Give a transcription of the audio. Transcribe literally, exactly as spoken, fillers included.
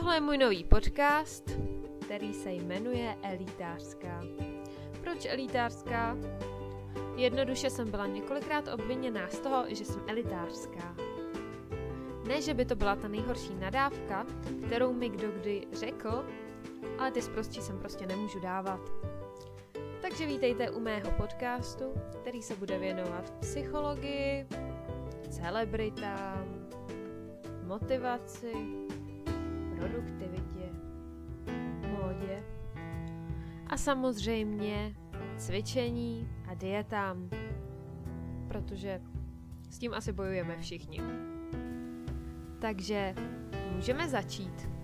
Tohle je můj nový podcast, který se jmenuje Elitářská. Proč elitářská? Jednoduše jsem byla několikrát obviněná z toho, že jsem elitářská. Ne, že by to byla ta nejhorší nadávka, kterou mi kdo kdy řekl, ale ty sprostí jsem prostě nemůžu dávat. Takže vítejte u mého podcastu, který se bude věnovat psychologii, celebritám, motivaci, produktivitě, módě a samozřejmě cvičení a dietám, protože s tím asi bojujeme všichni. Takže můžeme začít.